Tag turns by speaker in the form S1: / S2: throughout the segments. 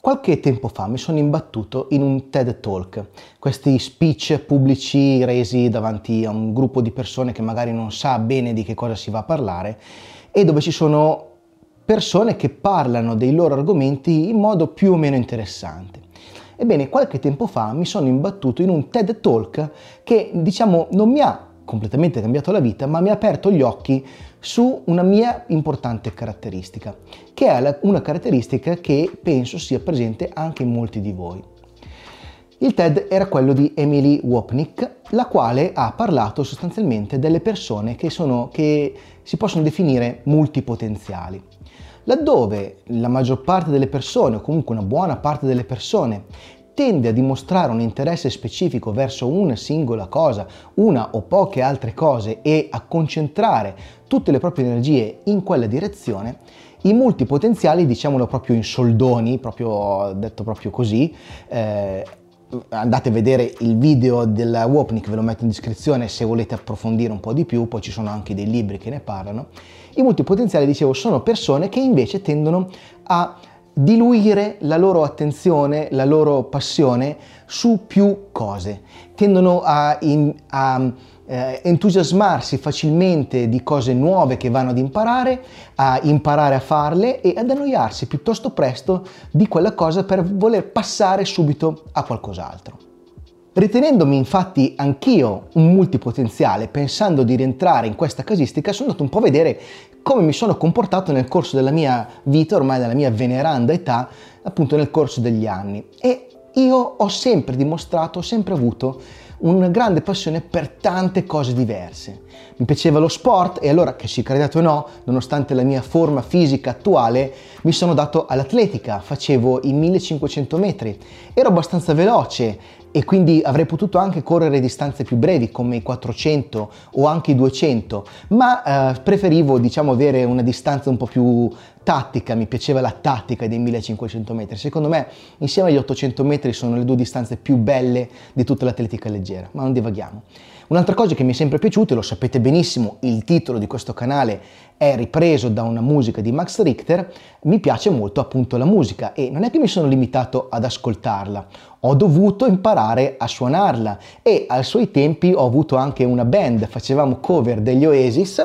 S1: Qualche tempo fa mi sono imbattuto in un TED Talk, questi speech pubblici resi davanti a un gruppo di persone che magari non sa bene di che cosa si va a parlare e dove ci sono persone che parlano dei loro argomenti in modo più o meno interessante. Ebbene, qualche tempo fa mi sono imbattuto in un TED Talk che, non mi ha completamente cambiato la vita, ma mi ha aperto gli occhi su una mia importante caratteristica, che è una caratteristica che penso sia presente anche in molti di voi. Il TED era quello di Emily Wapnick, la quale ha parlato sostanzialmente delle persone che si possono definire multipotenziali, laddove la maggior parte delle persone, o comunque una buona parte delle persone, tende a dimostrare un interesse specifico verso una singola cosa, una o poche altre cose, e a concentrare tutte le proprie energie in quella direzione. I multipotenziali, diciamolo proprio in soldoni, detto proprio così, andate a vedere il video della Wapnick, ve lo metto in descrizione se volete approfondire un po' di più, poi ci sono anche dei libri che ne parlano. I multipotenziali, dicevo, sono persone che invece tendono a diluire la loro attenzione, la loro passione su più cose, tendono a entusiasmarsi facilmente di cose nuove che vanno ad imparare a farle e ad annoiarsi piuttosto presto di quella cosa per voler passare subito a qualcos'altro. Ritenendomi infatti anch'io un multipotenziale, pensando di rientrare in questa casistica, sono andato un po' a vedere come mi sono comportato nel corso della mia vita, ormai della mia veneranda età, appunto nel corso degli anni. E io ho sempre dimostrato, ho sempre avuto una grande passione per tante cose diverse. Mi piaceva lo sport e allora, che si crediate o no, nonostante la mia forma fisica attuale, mi sono dato all'atletica, facevo i 1500 metri, ero abbastanza veloce e quindi avrei potuto anche correre distanze più brevi come i 400 o anche i 200, ma preferivo avere una distanza un po' più tattica, mi piaceva la tattica dei 1500 metri. Secondo me insieme agli 800 metri sono le due distanze più belle di tutta l'atletica leggera, ma non divaghiamo. Un'altra cosa che mi è sempre piaciuta, e lo sapete benissimo, il titolo di questo canale è ripreso da una musica di Max Richter, mi piace molto appunto la musica e non è che mi sono limitato ad ascoltarla, ho dovuto imparare a suonarla e ai suoi tempi ho avuto anche una band, facevamo cover degli Oasis,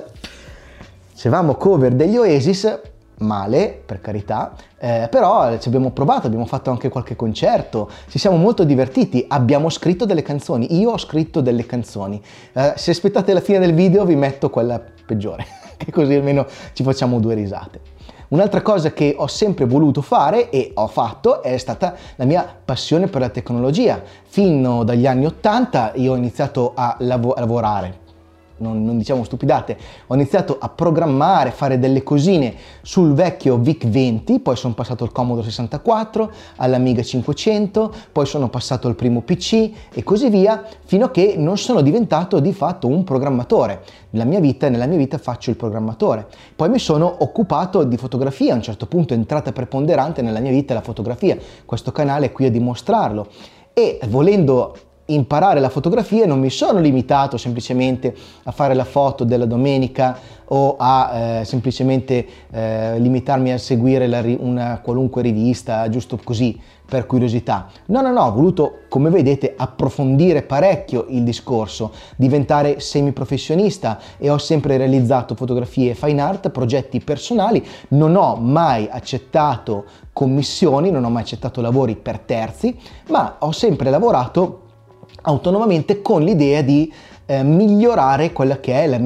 S1: male per carità, però ci abbiamo provato, abbiamo fatto anche qualche concerto, ci siamo molto divertiti, abbiamo scritto delle canzoni, io ho scritto delle canzoni, se aspettate la fine del video vi metto quella peggiore, che così almeno ci facciamo due risate. Un'altra cosa che ho sempre voluto fare e ho fatto è stata la mia passione per la tecnologia. Fino dagli anni 80 io ho iniziato a lavorare. Non diciamo stupidate, ho iniziato a programmare, fare delle cosine sul vecchio VIC-20, poi sono passato al Commodore 64, all'Amiga 500, poi sono passato al primo PC e così via, fino a che non sono diventato di fatto un programmatore. Nella mia vita faccio il programmatore. Poi mi sono occupato di fotografia, a un certo punto è entrata preponderante nella mia vita la fotografia, questo canale è qui a dimostrarlo e volendo imparare la fotografia non mi sono limitato semplicemente a fare la foto della domenica o a semplicemente limitarmi a seguire una qualunque rivista giusto così per curiosità. No, ho voluto, come vedete, approfondire parecchio il discorso, diventare semiprofessionista e ho sempre realizzato fotografie fine art, progetti personali, non ho mai accettato commissioni, non ho mai accettato lavori per terzi, ma ho sempre lavorato autonomamente con l'idea di migliorare quella che è la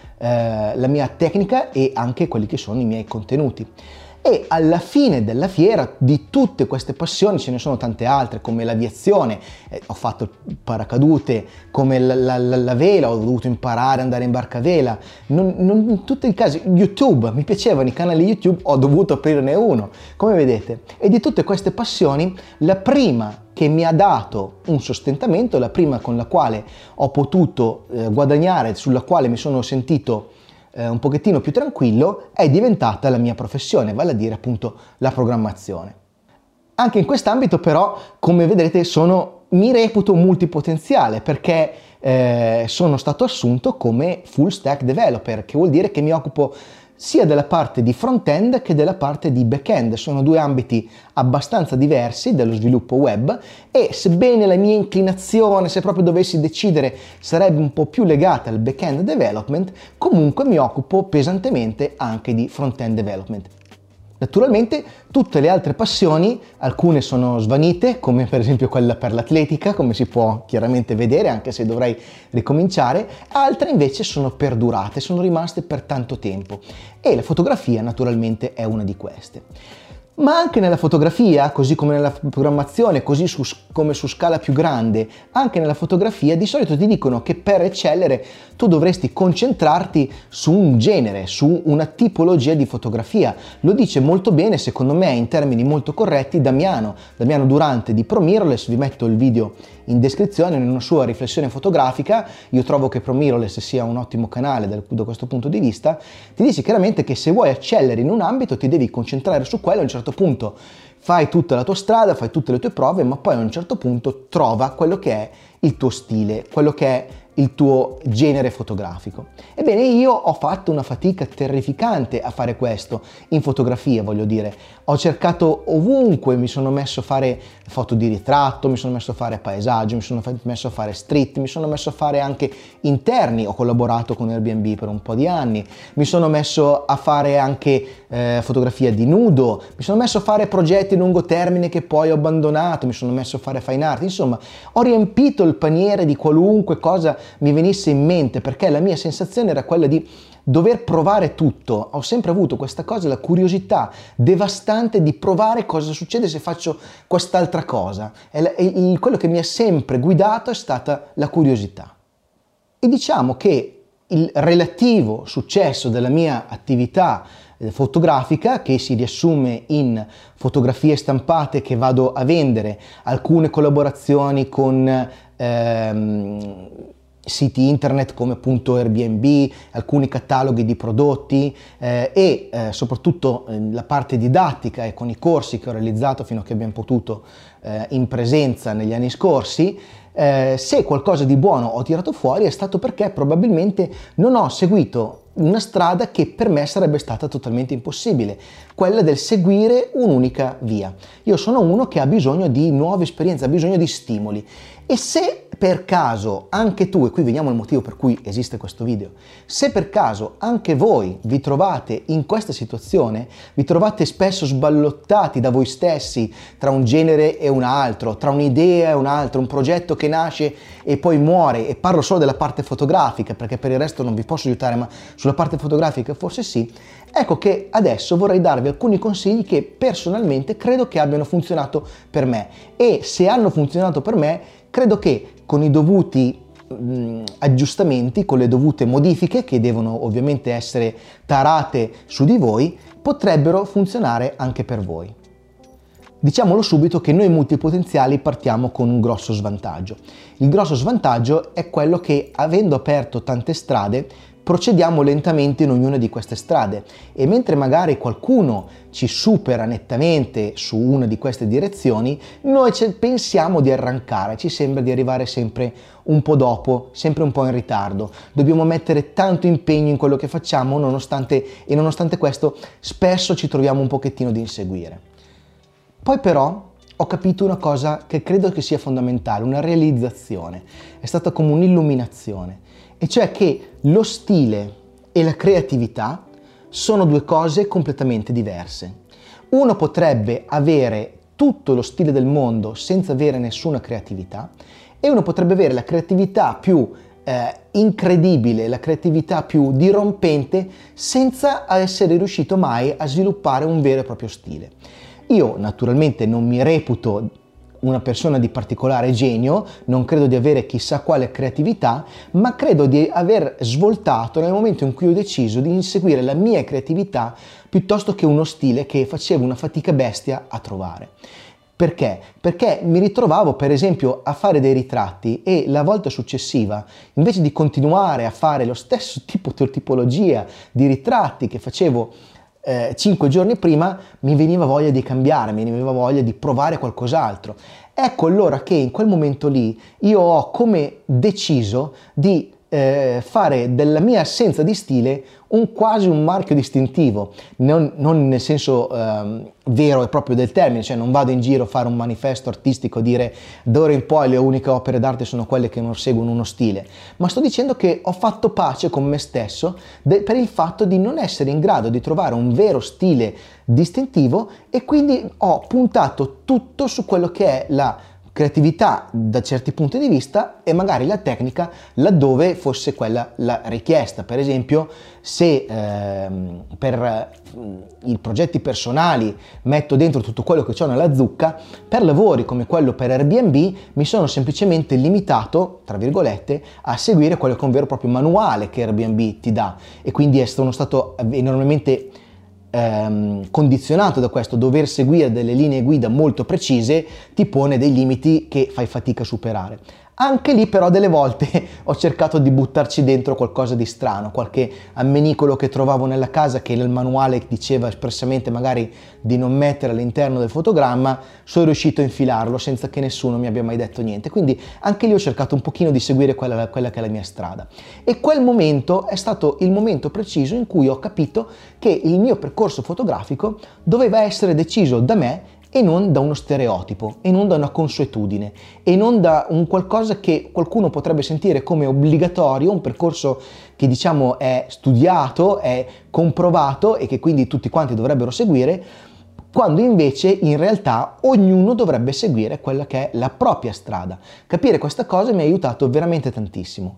S1: mia tecnica e anche quelli che sono i miei contenuti. E alla fine della fiera di tutte queste passioni ce ne sono tante altre, come l'aviazione, ho fatto il paracadute, come la vela, ho dovuto imparare ad andare in barcavela, in tutti i casi YouTube, mi piacevano i canali YouTube, ho dovuto aprirne uno, come vedete. E di tutte queste passioni, la prima che mi ha dato un sostentamento, la prima con la quale ho potuto guadagnare, sulla quale mi sono sentito un pochettino più tranquillo, è diventata la mia professione, vale a dire appunto la programmazione. Anche in quest'ambito però, come vedrete, mi reputo multipotenziale perché sono stato assunto come full stack developer, che vuol dire che mi occupo sia della parte di front-end che della parte di back-end. Sono due ambiti abbastanza diversi dello sviluppo web e sebbene la mia inclinazione, se proprio dovessi decidere, sarebbe un po' più legata al back-end development, comunque mi occupo pesantemente anche di front-end development. Naturalmente tutte le altre passioni, alcune sono svanite, come per esempio quella per l'atletica, come si può chiaramente vedere, anche se dovrei ricominciare, altre invece sono perdurate, sono rimaste per tanto tempo e la fotografia naturalmente è una di queste. Ma anche nella fotografia, così come nella programmazione, così come su scala più grande, anche nella fotografia di solito ti dicono che per eccellere tu dovresti concentrarti su un genere, su una tipologia di fotografia. Lo dice molto bene, secondo me, in termini molto corretti, Damiano Durante di Pro Mirrorless. Vi metto il video in descrizione, in una sua riflessione fotografica. Io trovo che Pro Mirrorless sia un ottimo canale da questo punto di vista. Ti dice chiaramente che se vuoi eccellere in un ambito ti devi concentrare su quello. A un certo punto fai tutta la tua strada, fai tutte le tue prove, ma poi a un certo punto trova quello che è il tuo stile, quello che è il tuo genere fotografico. Ebbene, io ho fatto una fatica terrificante a fare questo in fotografia, voglio dire. Ho cercato ovunque, mi sono messo a fare foto di ritratto, mi sono messo a fare paesaggio, mi sono messo a fare street, mi sono messo a fare anche interni, ho collaborato con Airbnb per un po' di anni, mi sono messo a fare anche fotografia di nudo, mi sono messo a fare progetti a lungo termine che poi ho abbandonato, mi sono messo a fare fine art, insomma ho riempito il paniere di qualunque cosa mi venisse in mente, perché la mia sensazione era quella di dover provare tutto. Ho sempre avuto questa cosa, la curiosità devastante di provare cosa succede se faccio quest'altra cosa. Quello che mi ha sempre guidato è stata la curiosità. E diciamo che il relativo successo della mia attività fotografica, che si riassume in fotografie stampate che vado a vendere, alcune collaborazioni con siti internet come appunto Airbnb, alcuni cataloghi di prodotti e soprattutto la parte didattica e con i corsi che ho realizzato fino a che abbiamo potuto in presenza negli anni scorsi. Se qualcosa di buono ho tirato fuori è stato perché probabilmente non ho seguito una strada che per me sarebbe stata totalmente impossibile, quella del seguire un'unica via. Io sono uno che ha bisogno di nuove esperienze, ha bisogno di stimoli, e se per caso anche tu, e qui vediamo il motivo per cui esiste questo video, se per caso anche voi vi trovate in questa situazione, vi trovate spesso sballottati da voi stessi tra un genere e un altro, tra un'idea e un altro, un progetto che nasce e poi muore, e parlo solo della parte fotografica perché per il resto non vi posso aiutare, ma sulla parte fotografica forse sì, ecco che adesso vorrei darvi alcuni consigli che personalmente credo che abbiano funzionato per me, e se hanno funzionato per me credo che con i dovuti aggiustamenti, con le dovute modifiche che devono ovviamente essere tarate su di voi, potrebbero funzionare anche per voi. Diciamolo subito che noi multipotenziali partiamo con un grosso svantaggio. Il grosso svantaggio è quello che, avendo aperto tante strade, procediamo lentamente in ognuna di queste strade, e mentre magari qualcuno ci supera nettamente su una di queste direzioni, noi pensiamo di arrancare, ci sembra di arrivare sempre un po' dopo, sempre un po' in ritardo. Dobbiamo mettere tanto impegno in quello che facciamo, nonostante questo spesso ci troviamo un pochettino di inseguire. Poi però ho capito una cosa che credo che sia fondamentale, una realizzazione, è stata come un'illuminazione, e cioè che lo stile e la creatività sono due cose completamente diverse. Uno potrebbe avere tutto lo stile del mondo senza avere nessuna creatività, e uno potrebbe avere la creatività più incredibile, la creatività più dirompente, senza essere riuscito mai a sviluppare un vero e proprio stile. Io naturalmente non mi reputo una persona di particolare genio, non credo di avere chissà quale creatività, ma credo di aver svoltato nel momento in cui ho deciso di inseguire la mia creatività piuttosto che uno stile che facevo una fatica bestia a trovare. Perché? Perché mi ritrovavo per esempio a fare dei ritratti e la volta successiva, invece di continuare a fare lo stesso tipologia di ritratti che facevo 5 giorni prima, mi veniva voglia di cambiare, mi veniva voglia di provare qualcos'altro. Ecco allora che in quel momento lì io ho come deciso di fare della mia assenza di stile quasi un marchio distintivo, non nel senso vero e proprio del termine, cioè non vado in giro a fare un manifesto artistico, dire d'ora in poi le uniche opere d'arte sono quelle che non seguono uno stile, ma sto dicendo che ho fatto pace con me stesso per il fatto di non essere in grado di trovare un vero stile distintivo, e quindi ho puntato tutto su quello che è la creatività da certi punti di vista e magari la tecnica laddove fosse quella la richiesta. Per esempio, se per i progetti personali metto dentro tutto quello che ho nella zucca, per lavori come quello per Airbnb mi sono semplicemente limitato, tra virgolette, a seguire quello che è un vero e proprio manuale che Airbnb ti dà, e quindi sono stato enormemente condizionato da questo. Dover seguire delle linee guida molto precise ti pone dei limiti che fai fatica a superare. Anche lì però delle volte ho cercato di buttarci dentro qualcosa di strano, qualche ammenicolo che trovavo nella casa che nel manuale diceva espressamente magari di non mettere all'interno del fotogramma, sono riuscito a infilarlo senza che nessuno mi abbia mai detto niente. Quindi anche lì ho cercato un pochino di seguire quella che è la mia strada, e quel momento è stato il momento preciso in cui ho capito che il mio percorso fotografico doveva essere deciso da me e non da uno stereotipo, e non da una consuetudine, e non da un qualcosa che qualcuno potrebbe sentire come obbligatorio, un percorso che diciamo è studiato, è comprovato e che quindi tutti quanti dovrebbero seguire, quando invece in realtà ognuno dovrebbe seguire quella che è la propria strada. Capire questa cosa mi ha aiutato veramente tantissimo.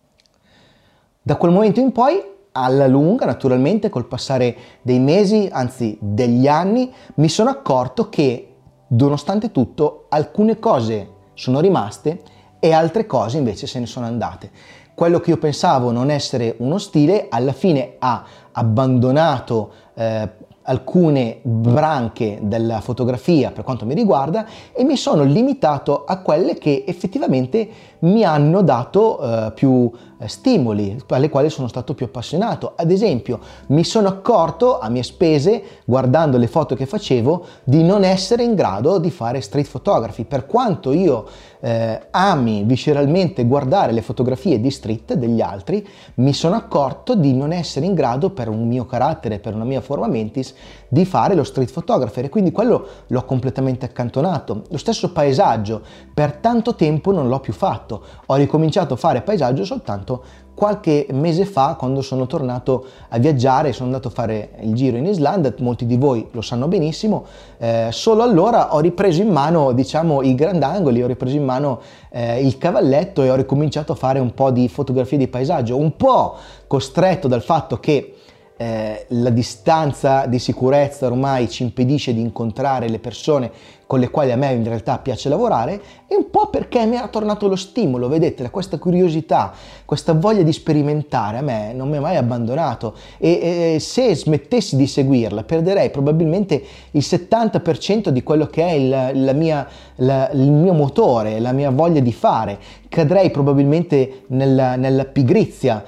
S1: Da quel momento in poi, alla lunga, naturalmente, col passare dei mesi, anzi degli anni, mi sono accorto che, nonostante tutto, alcune cose sono rimaste e altre cose invece se ne sono andate. Quello che io pensavo non essere uno stile, alla fine ha abbandonato alcune branche della fotografia per quanto mi riguarda, e mi sono limitato a quelle che effettivamente mi hanno dato più stimoli, alle quali sono stato più appassionato. Ad esempio, mi sono accorto a mie spese, guardando le foto che facevo, di non essere in grado di fare street photography. Per quanto io ami visceralmente guardare le fotografie di street degli altri, mi sono accorto di non essere in grado, per un mio carattere, per una mia forma mentis, di fare lo street photographer, e quindi quello l'ho completamente accantonato. Lo stesso paesaggio, per tanto tempo non l'ho più fatto. Ho ricominciato a fare paesaggio soltanto qualche mese fa, quando sono tornato a viaggiare, sono andato a fare il giro in Islanda, molti di voi lo sanno benissimo. Solo allora ho ripreso in mano, diciamo, i grandangoli, ho ripreso in mano il cavalletto e ho ricominciato a fare un po' di fotografie di paesaggio, un po' costretto dal fatto che la distanza di sicurezza ormai ci impedisce di incontrare le persone con le quali a me in realtà piace lavorare, e un po' perché mi era tornato lo stimolo, vedete, questa curiosità, questa voglia di sperimentare a me non mi ha mai abbandonato, e se smettessi di seguirla perderei probabilmente il 70% di quello che è il mio motore, la mia voglia di fare. Cadrei probabilmente nella pigrizia,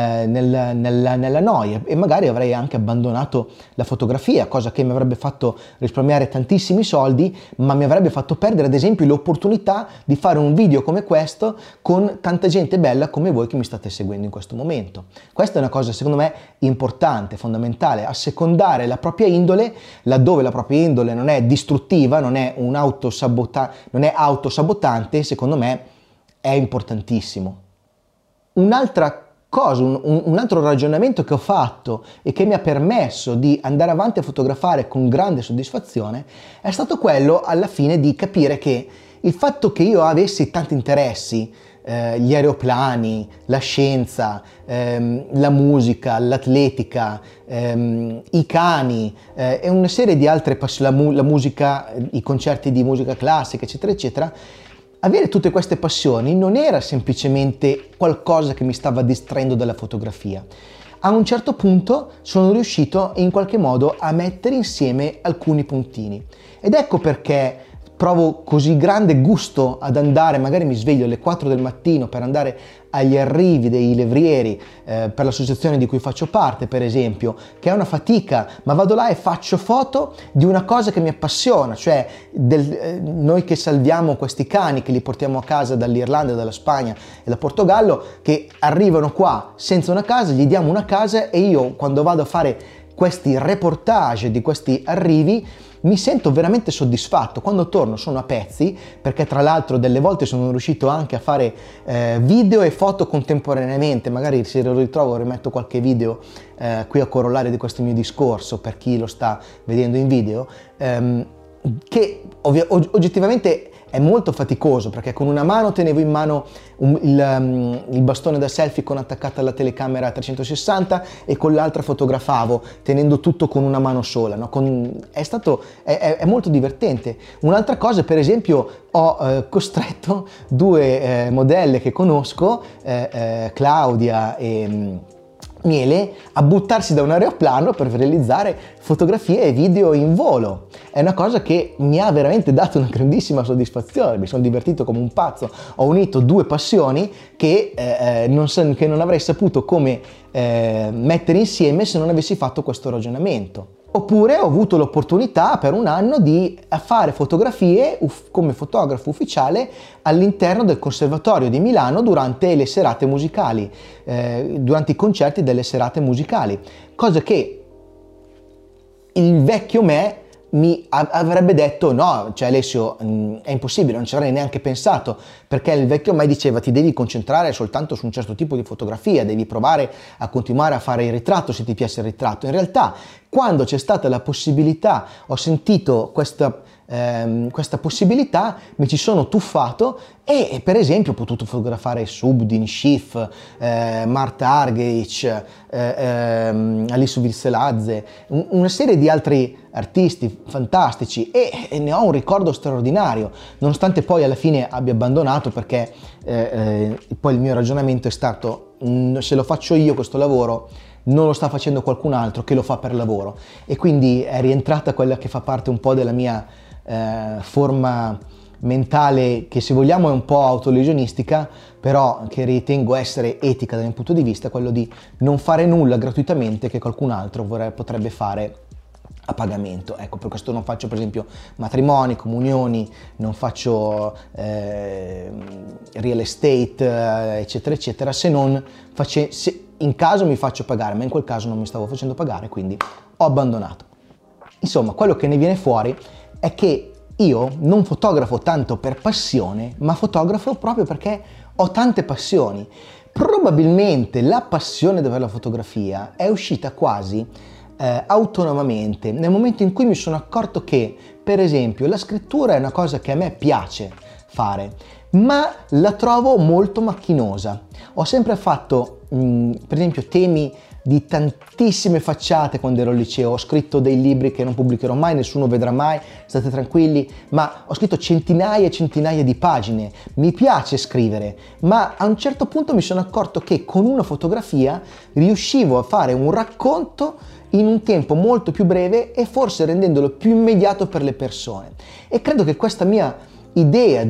S1: nella noia, e magari avrei anche abbandonato la fotografia, cosa che mi avrebbe fatto risparmiare tantissimi soldi, ma mi avrebbe fatto perdere ad esempio l'opportunità di fare un video come questo con tanta gente bella come voi che mi state seguendo in questo momento. Questa è una cosa secondo me importante, fondamentale, assecondare la propria indole laddove la propria indole non è distruttiva, non è autosabotante, secondo me è importantissimo. Un'altra cosa, un altro ragionamento che ho fatto e che mi ha permesso di andare avanti a fotografare con grande soddisfazione è stato quello, alla fine, di capire che il fatto che io avessi tanti interessi, gli aeroplani, la scienza, la musica, l'atletica, i cani e una serie di altre passioni, la musica, i concerti di musica classica, eccetera, eccetera, avere tutte queste passioni non era semplicemente qualcosa che mi stava distraendo dalla fotografia. A un certo punto sono riuscito in qualche modo a mettere insieme alcuni puntini. Ed ecco perché provo così grande gusto ad andare, magari mi sveglio alle 4 del mattino per andare agli arrivi dei levrieri per l'associazione di cui faccio parte, per esempio, che è una fatica, ma vado là e faccio foto di una cosa che mi appassiona, cioè noi che salviamo questi cani, che li portiamo a casa dall'Irlanda, dalla Spagna e da Portogallo, che arrivano qua senza una casa, gli diamo una casa, e io quando vado a fare questi reportage di questi arrivi mi sento veramente soddisfatto. Quando torno sono a pezzi, perché tra l'altro delle volte sono riuscito anche a fare video e foto contemporaneamente. Magari se lo ritrovo rimetto qualche video qui a corollario di questo mio discorso per chi lo sta vedendo in video, che oggettivamente è molto faticoso, perché con una mano tenevo in mano il bastone da selfie con attaccata alla telecamera a 360 e con l'altra fotografavo, tenendo tutto con una mano sola, no? È molto divertente. Un'altra cosa, per esempio, ho costretto due modelle che conosco, Claudia e Miele, a buttarsi da un aeroplano per realizzare fotografie e video in volo. È una cosa che mi ha veramente dato una grandissima soddisfazione, mi sono divertito come un pazzo, ho unito due passioni che non avrei saputo come mettere insieme se non avessi fatto questo ragionamento. Oppure ho avuto l'opportunità per un anno di fare fotografie come fotografo ufficiale all'interno del Conservatorio di Milano durante le serate musicali, durante i concerti delle serate musicali, cosa che il vecchio me mi avrebbe detto no, cioè Alessio, è impossibile, non ci avrei neanche pensato, perché il vecchio me diceva ti devi concentrare soltanto su un certo tipo di fotografia, devi provare a continuare a fare il ritratto se ti piace il ritratto. In realtà, quando c'è stata la possibilità, ho sentito questa possibilità, mi ci sono tuffato e per esempio ho potuto fotografare Subdin, Schiff, Marta Argerich, Alice Vilseladze, una serie di altri artisti fantastici, e ne ho un ricordo straordinario, nonostante poi alla fine abbia abbandonato, perché poi il mio ragionamento è stato se lo faccio io questo lavoro non lo sta facendo qualcun altro che lo fa per lavoro, e quindi è rientrata quella che fa parte un po' della mia forma mentale, che se vogliamo è un po' autolesionistica, però che ritengo essere etica dal mio punto di vista, quello di non fare nulla gratuitamente che qualcun altro potrebbe fare a pagamento. Ecco, per questo non faccio per esempio matrimoni, comunioni, non faccio real estate, eccetera eccetera, se non in caso mi faccio pagare, ma in quel caso non mi stavo facendo pagare, quindi ho abbandonato. Insomma, quello che ne viene fuori è che io non fotografo tanto per passione, ma fotografo proprio perché ho tante passioni. Probabilmente la passione per la fotografia è uscita quasi autonomamente nel momento in cui mi sono accorto che, per esempio, la scrittura è una cosa che a me piace fare, ma la trovo molto macchinosa. Ho sempre fatto, per esempio, temi di tantissime facciate quando ero al liceo. Ho scritto dei libri che non pubblicherò mai, nessuno vedrà mai, state tranquilli, ma ho scritto centinaia e centinaia di pagine. Mi piace scrivere, ma a un certo punto mi sono accorto che con una fotografia riuscivo a fare un racconto in un tempo molto più breve e forse rendendolo più immediato per le persone. E credo che questa mia idea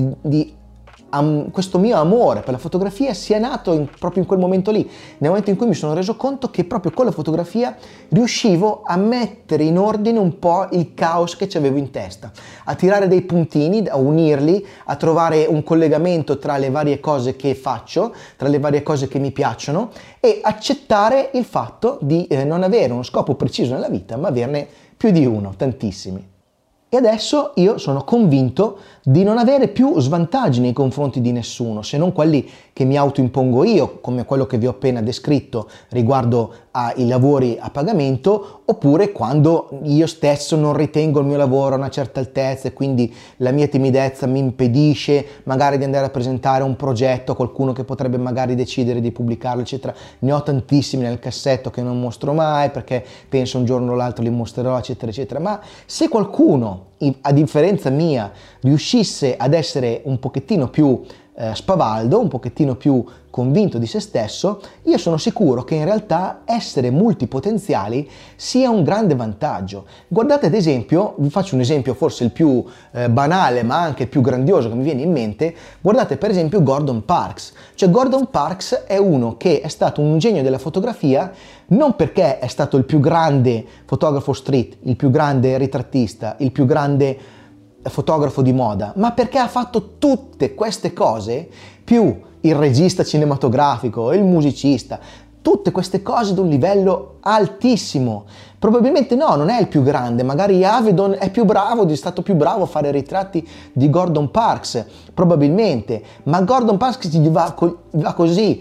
S1: questo mio amore per la fotografia sia nato proprio in quel momento lì, nel momento in cui mi sono reso conto che proprio con la fotografia riuscivo a mettere in ordine un po' il caos che avevo in testa, a tirare dei puntini, a unirli, a trovare un collegamento tra le varie cose che faccio, tra le varie cose che mi piacciono, e accettare il fatto di non avere uno scopo preciso nella vita, ma averne più di uno, tantissimi. E adesso io sono convinto di non avere più svantaggi nei confronti di nessuno, se non quelli che mi autoimpongo io, come quello che vi ho appena descritto riguardo ai lavori a pagamento, oppure quando io stesso non ritengo il mio lavoro a una certa altezza e quindi la mia timidezza mi impedisce magari di andare a presentare un progetto a qualcuno che potrebbe magari decidere di pubblicarlo, eccetera. Ne ho tantissimi nel cassetto che non mostro mai perché penso un giorno o l'altro li mostrerò, eccetera, eccetera. Ma se qualcuno, a differenza mia, riuscisse ad essere un pochettino più spavaldo, un pochettino più convinto di se stesso, io sono sicuro che in realtà essere multipotenziali sia un grande vantaggio. Guardate ad esempio, vi faccio un esempio forse il più banale ma anche il più grandioso che mi viene in mente, guardate per esempio Gordon Parks. Cioè Gordon Parks è uno che è stato un genio della fotografia non perché è stato il più grande fotografo street, il più grande ritrattista, il più grande fotografo di moda, ma perché ha fatto tutte queste cose più il regista cinematografico, il musicista, tutte queste cose ad un livello altissimo. Probabilmente no, non è il più grande, magari Avedon è più bravo, è stato più bravo a fare ritratti di Gordon Parks, probabilmente, ma Gordon Parks gli va così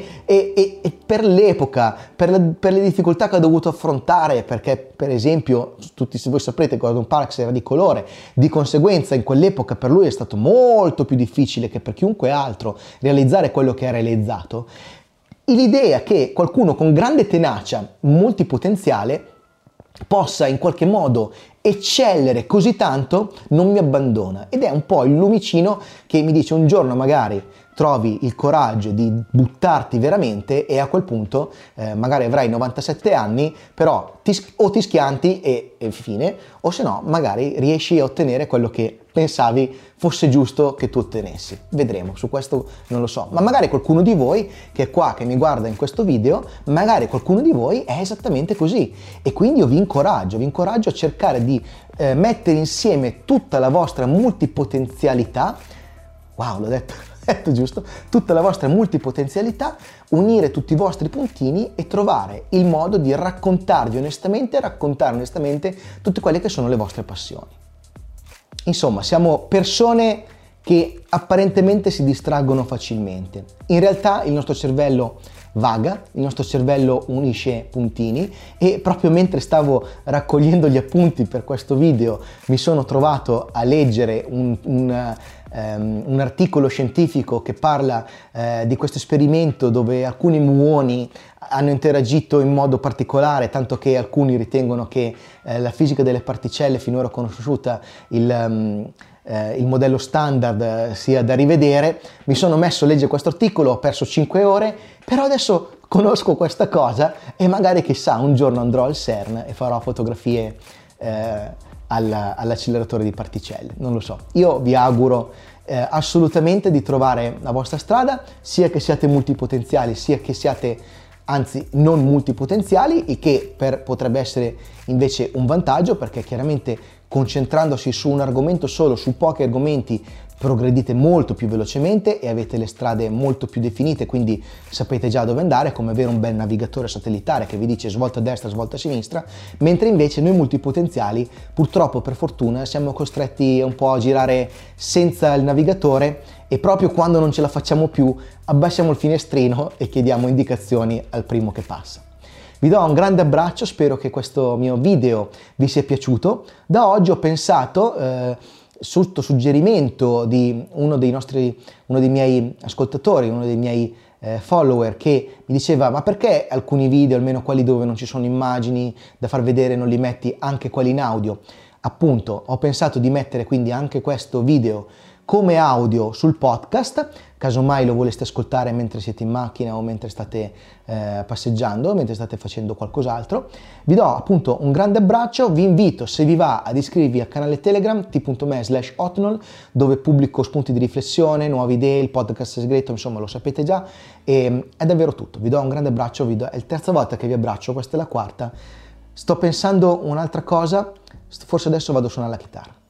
S1: e per l'epoca, per le difficoltà che ha dovuto affrontare, perché per esempio, tutti voi saprete, Gordon Parks era di colore, di conseguenza in quell'epoca per lui è stato molto più difficile che per chiunque altro realizzare quello che ha realizzato. L'idea che qualcuno con grande tenacia, multipotenziale, possa in qualche modo eccellere così tanto non mi abbandona, ed è un po' il lumicino che mi dice un giorno magari trovi il coraggio di buttarti veramente e a quel punto magari avrai 97 anni, però o ti schianti e fine, o se no magari riesci a ottenere quello che pensavi fosse giusto che tu ottenessi. Vedremo, su questo non lo so, ma magari qualcuno di voi che è qua, che mi guarda in questo video, magari qualcuno di voi è esattamente così, e quindi io vi incoraggio a cercare di mettere insieme tutta la vostra multipotenzialità, wow, l'ho detto giusto, tutta la vostra multipotenzialità, unire tutti i vostri puntini e trovare il modo di raccontarvi onestamente e raccontare onestamente tutte quelle che sono le vostre passioni. Insomma, siamo persone che apparentemente si distraggono facilmente. In realtà il nostro cervello vaga, il nostro cervello unisce puntini, e proprio mentre stavo raccogliendo gli appunti per questo video mi sono trovato a leggere un articolo scientifico che parla di questo esperimento dove alcuni muoni hanno interagito in modo particolare, tanto che alcuni ritengono che la fisica delle particelle finora conosciuta, il modello standard, sia da rivedere. Mi sono messo a leggere questo articolo, ho perso 5 ore, però adesso conosco questa cosa e magari chissà un giorno andrò al CERN e farò fotografie all'acceleratore di particelle, non lo so. Io vi auguro assolutamente di trovare la vostra strada, sia che siate multipotenziali, sia che siate anzi non multipotenziali, il che potrebbe essere invece un vantaggio, perché chiaramente concentrandosi su un argomento solo, su pochi argomenti, progredite molto più velocemente e avete le strade molto più definite, quindi sapete già dove andare, come avere un bel navigatore satellitare che vi dice svolta a destra, svolta a sinistra, mentre invece noi multipotenziali, purtroppo per fortuna, siamo costretti un po' a girare senza il navigatore, e proprio quando non ce la facciamo più abbassiamo il finestrino e chiediamo indicazioni al primo che passa. Vi do un grande abbraccio, spero che questo mio video vi sia piaciuto. Da oggi ho pensato, sotto suggerimento di uno dei miei ascoltatori, uno dei miei follower, che mi diceva: ma perché alcuni video, almeno quelli dove non ci sono immagini da far vedere, non li metti anche quelli in audio? Appunto, ho pensato di mettere quindi anche questo video come audio sul podcast, casomai lo voleste ascoltare mentre siete in macchina o mentre state passeggiando, mentre state facendo qualcos'altro. Vi do appunto un grande abbraccio, vi invito, se vi va, ad iscrivervi al canale Telegram t.me/Otnol, dove pubblico spunti di riflessione, nuove idee, il podcast segreto, insomma lo sapete già, e è davvero tutto. Vi do un grande abbraccio, è la terza volta che vi abbraccio, questa è la quarta. Sto pensando un'altra cosa, forse adesso vado a suonare la chitarra.